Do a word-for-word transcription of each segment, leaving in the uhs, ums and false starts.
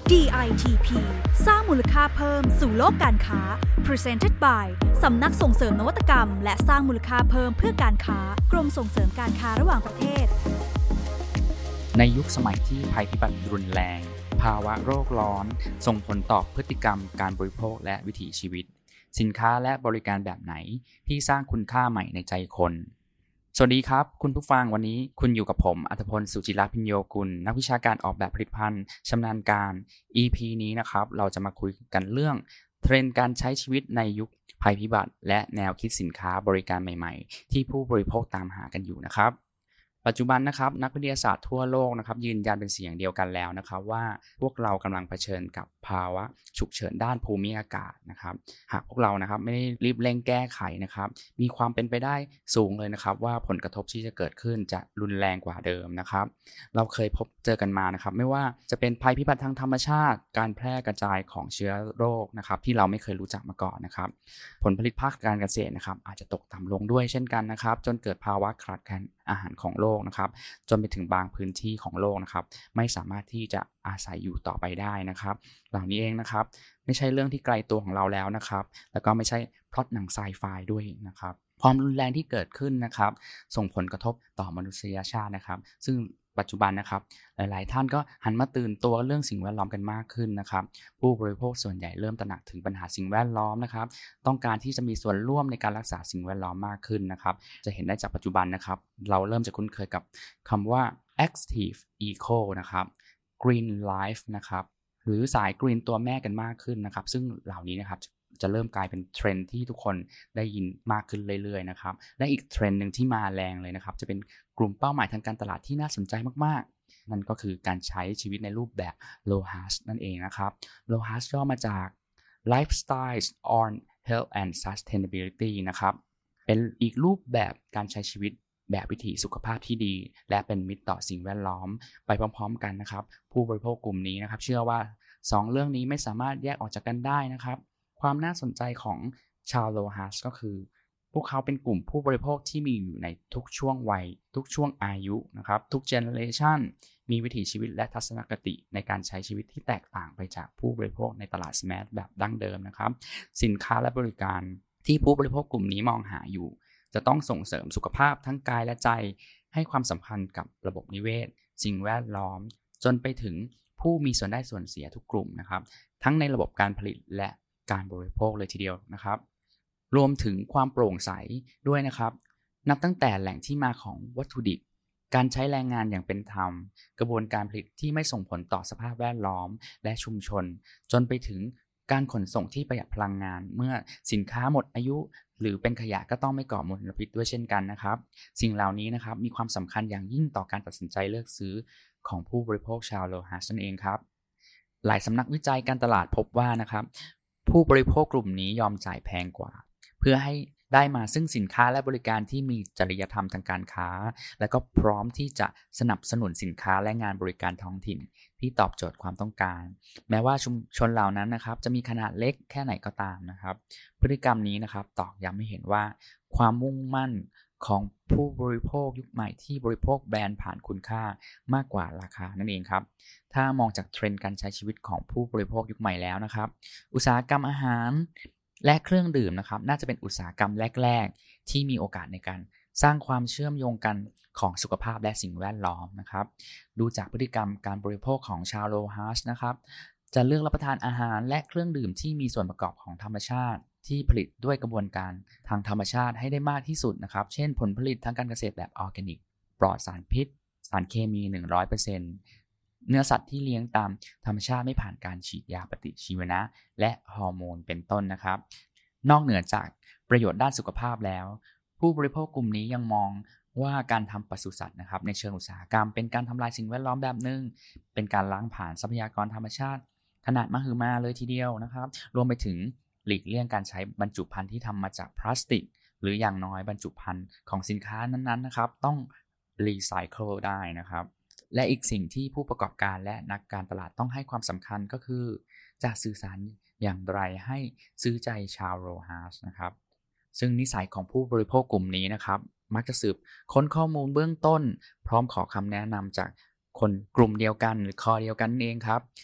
ดี ไอ ที พี สร้างมูลค่าเพิ่มสู่โลกการค้า Presented by สำนักส่งเสริมนวัตกรรมและสร้างมูลค่าเพิ่มเพื่อการค้ากรมส่งเสริมการค้าระหว่างประเทศในยุคสมัยที่ภัยพิบัติรุนแรงภาวะโลกร้อนส่งผลต่อพฤติกรรมการบริโภคและวิถีชีวิตสินค้าและบริการแบบไหนที่สร้างคุณค่าใหม่ในใจคนสวัสดีครับคุณผู้ฟังวันนี้คุณอยู่กับผมอัธพลสุจิรพิญโยกุลนักวิชาการออกแบบผลิตภัณฑ์ชำนาญการ อี พี นี้นะครับเราจะมาคุยกันเรื่องเทรนด์การใช้ชีวิตในยุคภัยพิบัติและแนวคิดสินค้าบริการใหม่ๆที่ผู้บริโภคตามหากันอยู่นะครับปัจจุบันนะครับนักวิทยาศาสตร์ทั่วโลกนะครับยืนยันเป็นเสียงเดียวกันแล้วนะครับว่าพวกเรากำลังเผชิญกับภาวะฉุกเฉินด้านภูมิอากาศนะครับหากพวกเรานะครับไม่ได้รีบเร่งแก้ไขนะครับมีความเป็นไปได้สูงเลยนะครับว่าผลกระทบที่จะเกิดขึ้นจะรุนแรงกว่าเดิมนะครับเราเคยพบเจอกันมานะครับไม่ว่าจะเป็นภัยพิบัติทางธรรมชาติการแพร่กระจายของเชื้อโรคนะครับที่เราไม่เคยรู้จักมาก่อนนะครับผลผลิตภาคการเกษตรนะครับอาจจะตกต่ำลงด้วยเช่นกันนะครับจนเกิดภาวะขาดแคลนอาหารของโลกนะครับจนไปถึงบางพื้นที่ของโลกนะครับไม่สามารถที่จะอาศัยอยู่ต่อไปได้นะครับเหล่านี้เองนะครับไม่ใช่เรื่องที่ไกลตัวของเราแล้วนะครับแล้วก็ไม่ใช่พล็อตหนังไซไฟด้วยนะครับความรุนแรงที่เกิดขึ้นนะครับส่งผลกระทบต่อมนุษยชาตินะครับซึ่งปัจจุบันนะครับหลายๆท่านก็หันมาตื่นตัวเรื่องสิ่งแวดล้อมกันมากขึ้นนะครับผู้บริโภคส่วนใหญ่เริ่มตระหนักถึงปัญหาสิ่งแวดล้อมนะครับต้องการที่จะมีส่วนร่วมในการรักษาสิ่งแวดล้อมมากขึ้นนะครับจะเห็นได้จากปัจจุบันนะครับเราเริ่มจะคุ้นเคยกับคำว่า active eco นะครับ green life นะครับหรือสาย green ตัวแม่กันมากขึ้นนะครับซึ่งเหล่านี้นะครับจะเริ่มกลายเป็นเทรนด์ที่ทุกคนได้ยินมากขึ้นเรื่อยๆนะครับและอีกเทรนด์นึงที่มาแรงเลยนะครับจะเป็นกลุ่มเป้าหมายทางการตลาดที่น่าสนใจมากๆนั่นก็คือการใช้ชีวิตในรูปแบบ low hash นั่นเองนะครับ low hash ย่อมาจาก lifestyles on health and sustainability นะครับเป็นอีกรูปแบบการใช้ชีวิตแบบวิถีสุขภาพที่ดีและเป็นมิตรต่อสิ่งแวดล้อมไปพร้อมๆกันนะครับผู้บริโภคกลุ่มนี้นะครับเชื่อว่าสองเรื่องนี้ไม่สามารถแยกออกจากกันได้นะครับความน่าสนใจของชาว low hash ก็คือพวกเขาเป็นกลุ่มผู้บริโภคที่มีอยู่ในทุกช่วงวัยทุกช่วงอายุนะครับทุกเจเนอเรชันมีวิถีชีวิตและทัศนคติในการใช้ชีวิตที่แตกต่างไปจากผู้บริโภคในตลาดสมาร์ทแบบดั้งเดิมนะครับสินค้าและบริการที่ผู้บริโภคกลุ่มนี้มองหาอยู่จะต้องส่งเสริมสุขภาพทั้งกายและใจให้ความสำคัญกับระบบนิเวศสิ่งแวดล้อมจนไปถึงผู้มีส่วนได้ส่วนเสียทุกกลุ่มนะครับทั้งในระบบการผลิตและการบริโภคเลยทีเดียวนะครับรวมถึงความโปร่งใสด้วยนะครับนับตั้งแต่แหล่งที่มาของวัตถุดิบการใช้แรงงานอย่างเป็นธรรมกระบวนการผลิตที่ไม่ส่งผลต่อสภาพแวดล้อมและชุมชนจนไปถึงการขนส่งที่ประหยัดพลังงานเมื่อสินค้าหมดอายุหรือเป็นขยะก็ต้องไม่ก่อมลพิษด้วยเช่นกันนะครับสิ่งเหล่านี้นะครับมีความสำคัญอย่างยิ่งต่อการตัดสินใจเลือกซื้อของผู้บริโภคชาว low hash นั่นเองครับหลายสำนักวิจัยการตลาดพบว่านะครับผู้บริโภคกลุ่มนี้ยอมจ่ายแพงกว่าเพื่อให้ได้มาซึ่งสินค้าและบริการที่มีจริยธรรมทางการค้าและก็พร้อมที่จะสนับสนุนสินค้าและงานบริการท้องถิ่นที่ตอบโจทย์ความต้องการแม้ว่าชุมชนเหล่านั้นนะครับจะมีขนาดเล็กแค่ไหนก็ตามนะครับพฤติกรรมนี้นะครับตอกย้ำให้เห็นว่าความมุ่งมั่นของผู้บริโภคยุคใหม่ที่บริโภคแบรนด์ผ่านคุณค่ามากกว่าราคานั่นเองครับถ้ามองจากเทรนด์การใช้ชีวิตของผู้บริโภคยุคใหม่แล้วนะครับอุตสาหกรรมอาหารและเครื่องดื่มนะครับน่าจะเป็นอุตสาหกรรมแรกๆที่มีโอกาสในการสร้างความเชื่อมโยงกันของสุขภาพและสิ่งแวดล้อมนะครับดูจากพฤติกรรมการบริโภคของชาว low hash นะครับจะเลือกรับประทานอาหารและเครื่องดื่มที่มีส่วนประกอบของธรรมชาติที่ผลิตด้วยกระบวนการทางธรรมชาติให้ได้มากที่สุดนะครับเช่นผลผลิตทางการเกษตรแบบออร์แกนิกปลอดสารพิษสารเคมี หนึ่งร้อยเปอร์เซ็นต์ เนื้อสัตว์ที่เลี้ยงตามธรรมชาติไม่ผ่านการฉีดยาปฏิชีวนะและฮอร์โมนเป็นต้นนะครับนอกเหนือจากประโยชน์ด้านสุขภาพแล้วผู้บริโภคกลุ่มนี้ยังมองว่าการทำปศุสัตว์นะครับในเชิงอุตสาหกรรมเป็นการทำลายสิ่งแวดล้อมแบบนึงเป็นการล้างผ่านทรัพยากรธรรมชาติขนาดมหึมาเลยทีเดียวนะครับรวมไปถึงหลีกเลี่ยงการใช้บรรจุภัณฑ์ที่ทำมาจากพลาสติกหรืออย่างน้อยบรรจุภัณฑ์ของสินค้านั้นๆนะครับต้องรีไซเคิลได้นะครับและอีกสิ่งที่ผู้ประกอบการและนักการตลาดต้องให้ความสำคัญก็คือจะสื่อสารอย่างไรให้ซื้อใจชาว low hash นะครับซึ่งนิสัยของผู้บริโภคกลุ่มนี้นะครับมักจะสืบค้นข้อมูลเบื้องต้นพร้อมขอคำแนะนำจากคนกลุ่มเดียวกันหรือคอเดียวกันเองครับ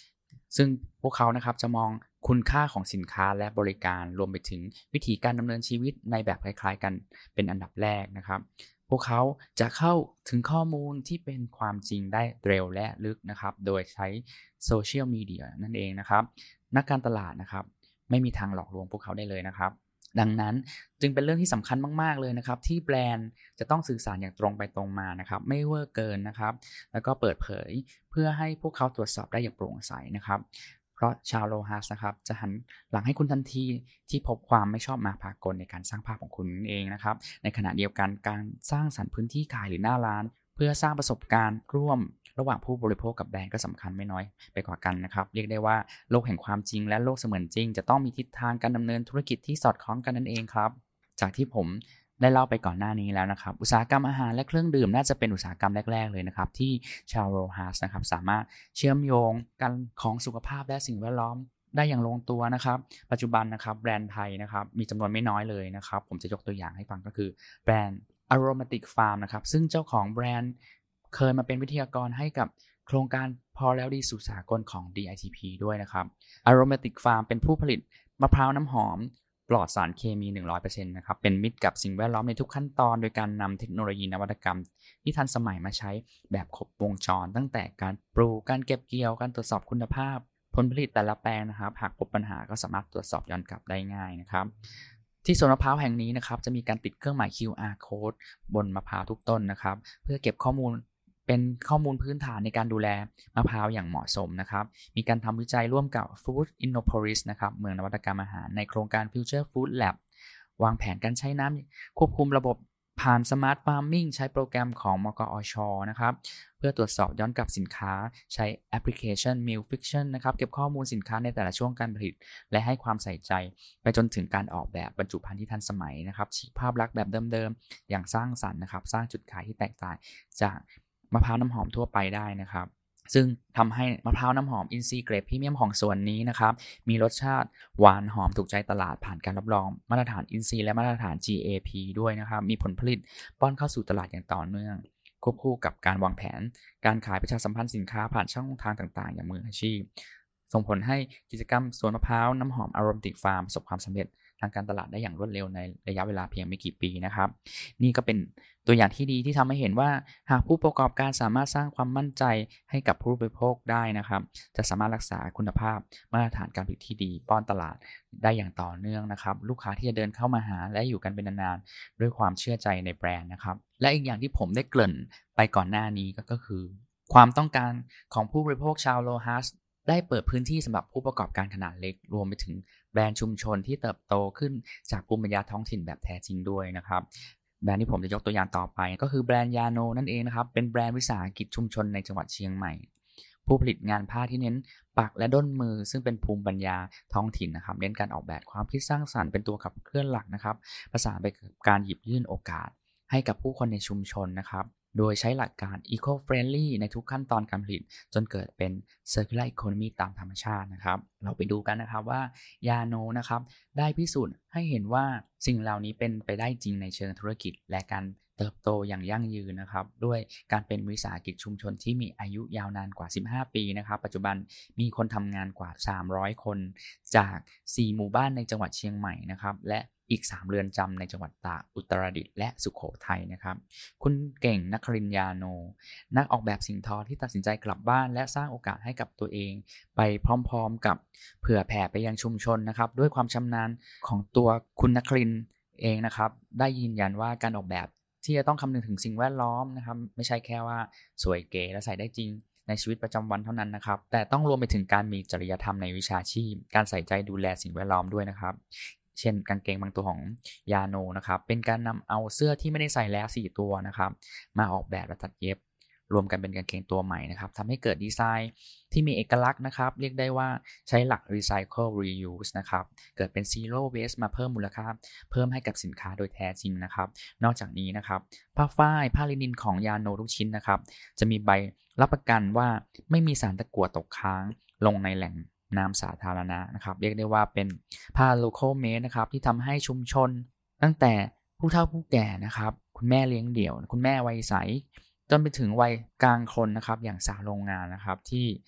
ซึ่งพวกเขานะครับจะมองคุณค่าของสินค้าและบริการรวมไปถึงวิธีการดำเนินชีวิตในแบบคล้ายๆกันเป็นอันดับแรกนะครับพวกเขาจะเข้าถึงข้อมูลที่เป็นความจริงได้เร็วและลึกนะครับโดยใช้โซเชียลมีเดียนั่นเองนะครับนักการตลาดนะครับไม่มีทางหลอกลวงพวกเขาได้เลยนะครับดังนั้นจึงเป็นเรื่องที่สำคัญมากๆเลยนะครับที่แบรนด์จะต้องสื่อสารอย่างตรงไปตรงมานะครับไม่เวอร์เกินนะครับแล้วก็เปิดเผยเพื่อให้พวกเขาตรวจสอบได้อย่างโปร่งใสนะครับเพราะชาวโลฮัสนะครับจะหันหลังให้คุณทันทีที่พบความไม่ชอบมาพากลในการสร้างภาพของคุณเองนะครับในขณะเดียวกันการสร้างสรรค์พื้นที่ขายหรือหน้าร้านเพื่อสร้างประสบการณ์ร่วมระหว่างผู้บริโภคกับแบรนด์ก็สำคัญไม่น้อยไปกว่ากันนะครับเรียกได้ว่าโลกแห่งความจริงและโลกเสมือนจริงจะต้องมีทิศทางการดำเนินธุรกิจที่สอดคล้องกันนั่นเองครับจากที่ผมได้เล่าไปก่อนหน้านี้แล้วนะครับอุตสาหกรรมอาหารและเครื่องดื่มน่าจะเป็นอุตสาหกรรมแรกๆเลยนะครับที่ชาวโรฮัสนะครับสามารถเชื่อมโยงกันของสุขภาพและสิ่งแวดล้อมได้อย่างลงตัวนะครับปัจจุบันนะครับแบรนด์ไทยนะครับมีจำนวนไม่น้อยเลยนะครับผมจะยกตัวอย่างให้ฟังก็คือแบรนด์ Aromatic Farm นะครับซึ่งเจ้าของแบรนด์เคยมาเป็นวิทยากรให้กับโครงการพอแล้วดีสู่สากลของ ดี ไอ ที พี ด้วยนะครับ Aromatic Farm เป็นผู้ผลิตมะพร้าวน้ำหอมปลอดสารเคมี หนึ่งร้อยเปอร์เซ็นต์ นะครับเป็นมิตรกับสิ่งแวดล้อมในทุกขั้นตอนโดยการนำเทคโนโลยีนวัตกรรมที่ทันสมัยมาใช้แบบครบวงจรตั้งแต่การปลูกการเก็บเกี่ยวการตรวจสอบคุณภาพผลผลิตแต่ละแปลงนะครับหากพบปัญหาก็สามารถตรวจสอบย้อนกลับได้ง่ายนะครับที่สวนมะพร้าวแห่งนี้นะครับจะมีการติดเครื่องหมาย คิว อาร์ Code บนมะพร้าวทุกต้นนะครับเพื่อเก็บข้อมูลเป็นข้อมูลพื้นฐานในการดูแลมะพร้าวอย่างเหมาะสมนะครับมีการทำวิจัยร่วมกับ Food Innopolis นะครับเมืองนวัตกรรมอาหารในโครงการ Future Food Lab วางแผนการใช้น้ำควบคุมระบบผ่าน Smart Farming ใช้โปรแกรมของมกอช.นะครับเพื่อตรวจสอบย้อนกลับสินค้าใช้แอปพลิเคชัน Meal Fiction นะครับเก็บข้อมูลสินค้าในแต่ละช่วงการผลิตและให้ความใส่ใจไปจนถึงการออกแบบบรรจุภัณฑ์ที่ทันสมัยนะครับฉีกภาพลักษณ์แบบเดิมๆอย่างสร้างสรรค์นะครับสร้างจุดขายที่แตกต่างจากมะพร้าวน้ำหอมทั่วไปได้นะครับซึ่งทำให้มะพร้าวน้ำหอมอินทรีย์เกรดพรีเมียมของส่วนนี้นะครับมีรสชาติหวานหอมถูกใจตลาดผ่านการรับรองมาตรฐานอินทรีย์และมาตรฐาน จี เอ พี ด้วยนะครับมีผลผลิตป้อนเข้าสู่ตลาดอย่างต่อเนื่องควบคู่กับการวางแผนการขายประชาสัมพันธ์สินค้าผ่านช่องทางต่างๆอย่างมืออาชีพส่งผลให้กิจกรรมสวนมะพร้าวน้ำหอม Aromatic Farm ประสบความสำเร็จทางการตลาดได้อย่างรวดเร็วในระยะเวลาเพียงไม่กี่ปีนะครับนี่ก็เป็นตัวอย่างที่ดีที่ทำให้เห็นว่าหากผู้ประกอบการสามารถสร้างความมั่นใจให้กับผู้บริโภคได้นะครับจะสามารถรักษาคุณภาพมาตรฐานการผลิตที่ดีป้อนตลาดได้อย่างต่อเนื่องนะครับลูกค้าที่จะเดินเข้ามาหาและอยู่กันเป็นนานๆด้วยความเชื่อใจในแบรนด์นะครับและอีกอย่างที่ผมได้เกริ่นไปก่อนหน้านี้ก็คือความต้องการของผู้บริโภคชาวโลฮัสได้เปิดพื้นที่สำหรับผู้ประกอบการขนาดเล็กรวมไปถึงแบรนด์ชุมชนที่เติบโตขึ้นจากภูมิปัญญาท้องถิ่นแบบแท้จริงด้วยนะครับแบรนด์ที่ผมจะยกตัวอย่างต่อไปก็คือแบรนด์ยาโนนั่นเองนะครับเป็นแบรนด์วิสาหกิจชุมชนในจังหวัดเชียงใหม่ผู้ผลิตงานผ้าที่เน้นปักและด้นมือซึ่งเป็นภูมิปัญญาท้องถิ่นนะครับเน้นการออกแบบความคิดสร้างสรรค์เป็นตัวขับเคลื่อนหลักนะครับประสานไปกับการหยิบยื่นโอกาสให้กับผู้คนในชุมชนนะครับโดยใช้หลักการ Eco-Friendly ในทุกขั้นตอนการผลิตจนเกิดเป็น Circular Economy ตามธรรมชาตินะครับเราไปดูกันนะครับว่ายาโนนะครับได้พิสูจน์ให้เห็นว่าสิ่งเหล่านี้เป็นไปได้จริงในเชิงธุรกิจและการเติบโตอย่างยั่งยืนนะครับด้วยการเป็นวิสาหกิจชุมชนที่มีอายุยาวนานกว่าสิบห้าปีนะครับปัจจุบันมีคนทำงานกว่าสามร้อยคนจากสี่หมู่บ้านในจังหวัดเชียงใหม่นะครับและอีกสามเรือนจำในจังหวัดตากอุตรดิตถ์และสุโขทัยนะครับคุณเก่งนครินทร์ยาโนนักออกแบบสิ่งทอที่ตัดสินใจกลับบ้านและสร้างโอกาสให้กับตัวเองไปพร้อมๆกับเผื่อแผ่ไปยังชุมชนนะครับด้วยความชำนาญของตัวคุณนครินทร์เองนะครับได้ยืนยันว่าการออกแบบที่จะต้องคำนึงถึงสิ่งแวดล้อมนะครับไม่ใช่แค่ว่าสวยเก๋และใส่ได้จริงในชีวิตประจำวันเท่านั้นนะครับแต่ต้องรวมไปถึงการมีจริยธรรมในวิชาชีพการใส่ใจดูแลสิ่งแวดล้อมด้วยนะครับเช่นกางเกงบางตัวของยาโนนะครับเป็นการนำเอาเสื้อที่ไม่ได้ใส่แล้วสี่ตัวนะครับมาออกแบบและตัดเย็บรวมกันเป็นกางเกงตัวใหม่นะครับทำให้เกิดดีไซน์ที่มีเอกลักษณ์นะครับเรียกได้ว่าใช้หลัก Recycle Reuse นะครับเกิดเป็น Zero Waste มาเพิ่มมูลค่าเพิ่มให้กับสินค้าโดยแท้จริงนะครับนอกจากนี้นะครับผ้าฝ้ายผ้าลินินของยาโนทุกชิ้นนะครับจะมีใบรับประกันว่าไม่มีสารตะกั่วตกค้างลงในแหล่งน้ำสาธารณะนะครับเรียกได้ว่าเป็นผ้า local made นะครับที่ทำให้ชุมชนตั้งแต่ผู้เฒ่าผู้แก่นะครับคุณแม่เลี้ยงเดี่ยวคุณแม่วัยใสจนไปถึงวัยกลางคนนะครับอย่างสาวโรงงานนะครับที่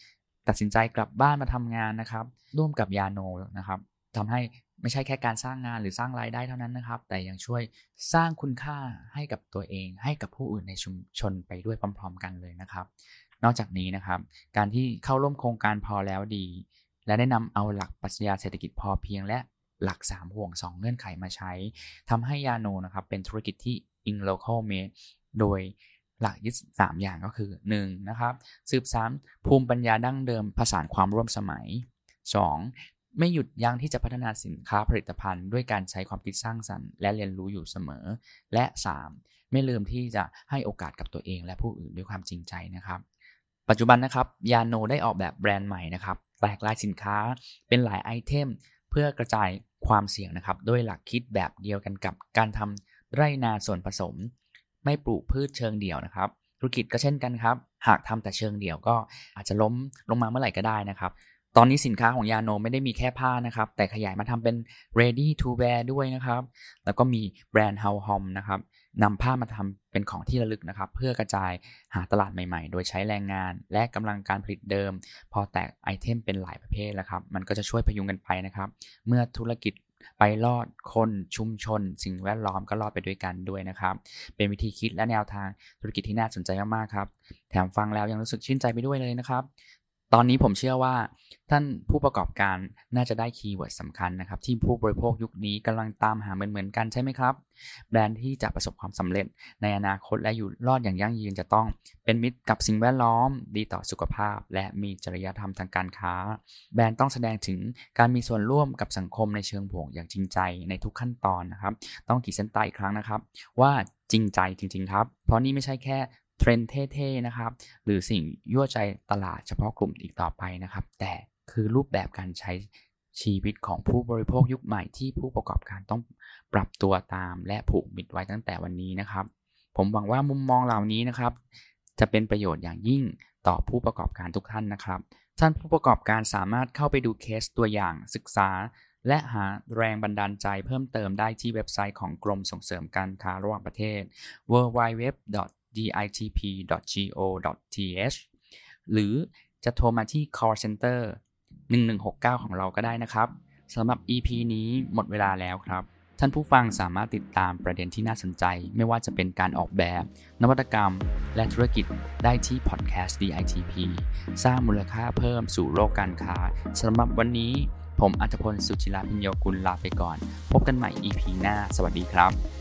ตัดสินใจกลับบ้านมาทำงานนะครับร่วมกับยาโนนะครับทำให้ไม่ใช่แค่การสร้างงานหรือสร้างรายได้เท่านั้นนะครับแต่ยังช่วยสร้างคุณค่าให้กับตัวเองให้กับผู้อื่นในชุมชนไปด้วยพร้อมๆกันเลยนะครับนอกจากนี้นะครับการที่เข้าร่วมโครงการพอแล้วดีและได้นำเอาหลักปรัชญาเศรษฐกิจพอเพียงและหลักสามห่วงสองเงื่อนไขมาใช้ทำให้ยาโนนะครับเป็นธุรกิจที่ in local made โดยหลักยึดสามอย่างก็คือหนึ่งนะครับสืบสานภูมิปัญญาดั้งเดิมผสานความร่วมสมัยสองไม่หยุดยั้งที่จะพัฒนาสินค้าผลิตภัณฑ์ด้วยการใช้ความคิดสร้างสรรค์และเรียนรู้อยู่เสมอและสามไม่ลืมที่จะให้โอกาสกับตัวเองและผู้อื่นด้วยความจริงใจนะครับปัจจุบันนะครับยาโนได้ออกแบบแบรนด์ใหม่นะครับแตกลายสินค้าเป็นหลายไอเทมเพื่อกระจายความเสี่ยงนะครับด้วยหลักคิดแบบเดียวกันกับการทำไร่นาส่วนผสมไม่ปลูกพืชเชิงเดี่ยวนะครับธุรกิจก็เช่นกันครับหากทำแต่เชิงเดี่ยวก็อาจจะล้มลงมาเมื่อไหร่ก็ได้นะครับตอนนี้สินค้าของยาโนไม่ได้มีแค่ผ้านะครับแต่ขยายมาทำเป็น ready to wear ด้วยนะครับแล้วก็มีแบรนด์ How Hom นะครับนำผ้ามาทำเป็นของที่ระลึกนะครับเพื่อกระจายหาตลาดใหม่ๆโดยใช้แรงงานและกำลังการผลิตเดิมพอแตกไอเทมเป็นหลายประเภทแล้วครับมันก็จะช่วยพยุงกันไปนะครับเมื่อธุรกิจไปรอดคนชุมชนสิ่งแวดล้อมก็รอดไปด้วยกันด้วยนะครับเป็นวิธีคิดและแนวทางธุรกิจที่น่าสนใจมากๆครับแถมฟังแล้วยังรู้สึกชื่นใจไปด้วยเลยนะครับตอนนี้ผมเชื่อว่าท่านผู้ประกอบการน่าจะได้คีย์เวิร์ดสำคัญนะครับที่ผู้บริโภคยุคนี้กำลังตามหาเหมือนๆกันใช่ไหมครับแบรนด์ที่จะประสบความสำเร็จในอนาคตและอยู่รอดอย่างยั่งยืนจะต้องเป็นมิตรกับสิ่งแวดล้อมดีต่อสุขภาพและมีจริยธรรมทางการค้าแบรนด์ต้องแสดงถึงการมีส่วนร่วมกับสังคมในเชิงบวกอย่างจริงใจในทุกขั้นตอนนะครับต้องขีดเส้นใต้อีกครั้งนะครับว่าจริงใจจริงๆครับเพราะนี่ไม่ใช่แค่เทรนด์เท่ๆนะครับหรือสิ่งยั่วใจตลาดเฉพาะกลุ่มอีกต่อไปนะครับแต่คือรูปแบบการใช้ชีวิตของผู้บริโภคยุคใหม่ที่ผู้ประกอบการต้องปรับตัวตามและผูกมิตรไว้ตั้งแต่วันนี้นะครับผมหวังว่ามุมมองเหล่านี้นะครับจะเป็นประโยชน์อย่างยิ่งต่อผู้ประกอบการทุกท่านนะครับท่านผู้ประกอบการสามารถเข้าไปดูเคสตัวอย่างศึกษาและหาแรงบันดาลใจเพิ่มเติมได้ที่เว็บไซต์ของกรมส่งเสริมการค้าระหว่างประเทศ ดับเบิลยู ดับเบิลยู ดับเบิลยู ดอท ดี ไอ ที พี ดอท จี โอ ดอท ที เอช หรือจะโทรมาที่ call center หนึ่งหนึ่งหกเก้าของเราก็ได้นะครับสำหรับ อี พี นี้หมดเวลาแล้วครับท่านผู้ฟังสามารถติดตามประเด็นที่น่าสนใจไม่ว่าจะเป็นการออกแบบนวัตกรรมและธุรกิจได้ที่พอดแคสต์ ดี ไอ ที พี สร้างมูลค่าเพิ่มสู่โลกการค้าสำหรับวันนี้ผมอัธพล สุจิราพิญโยกุลลาไปก่อนพบกันใหม่ อี พี หน้าสวัสดีครับ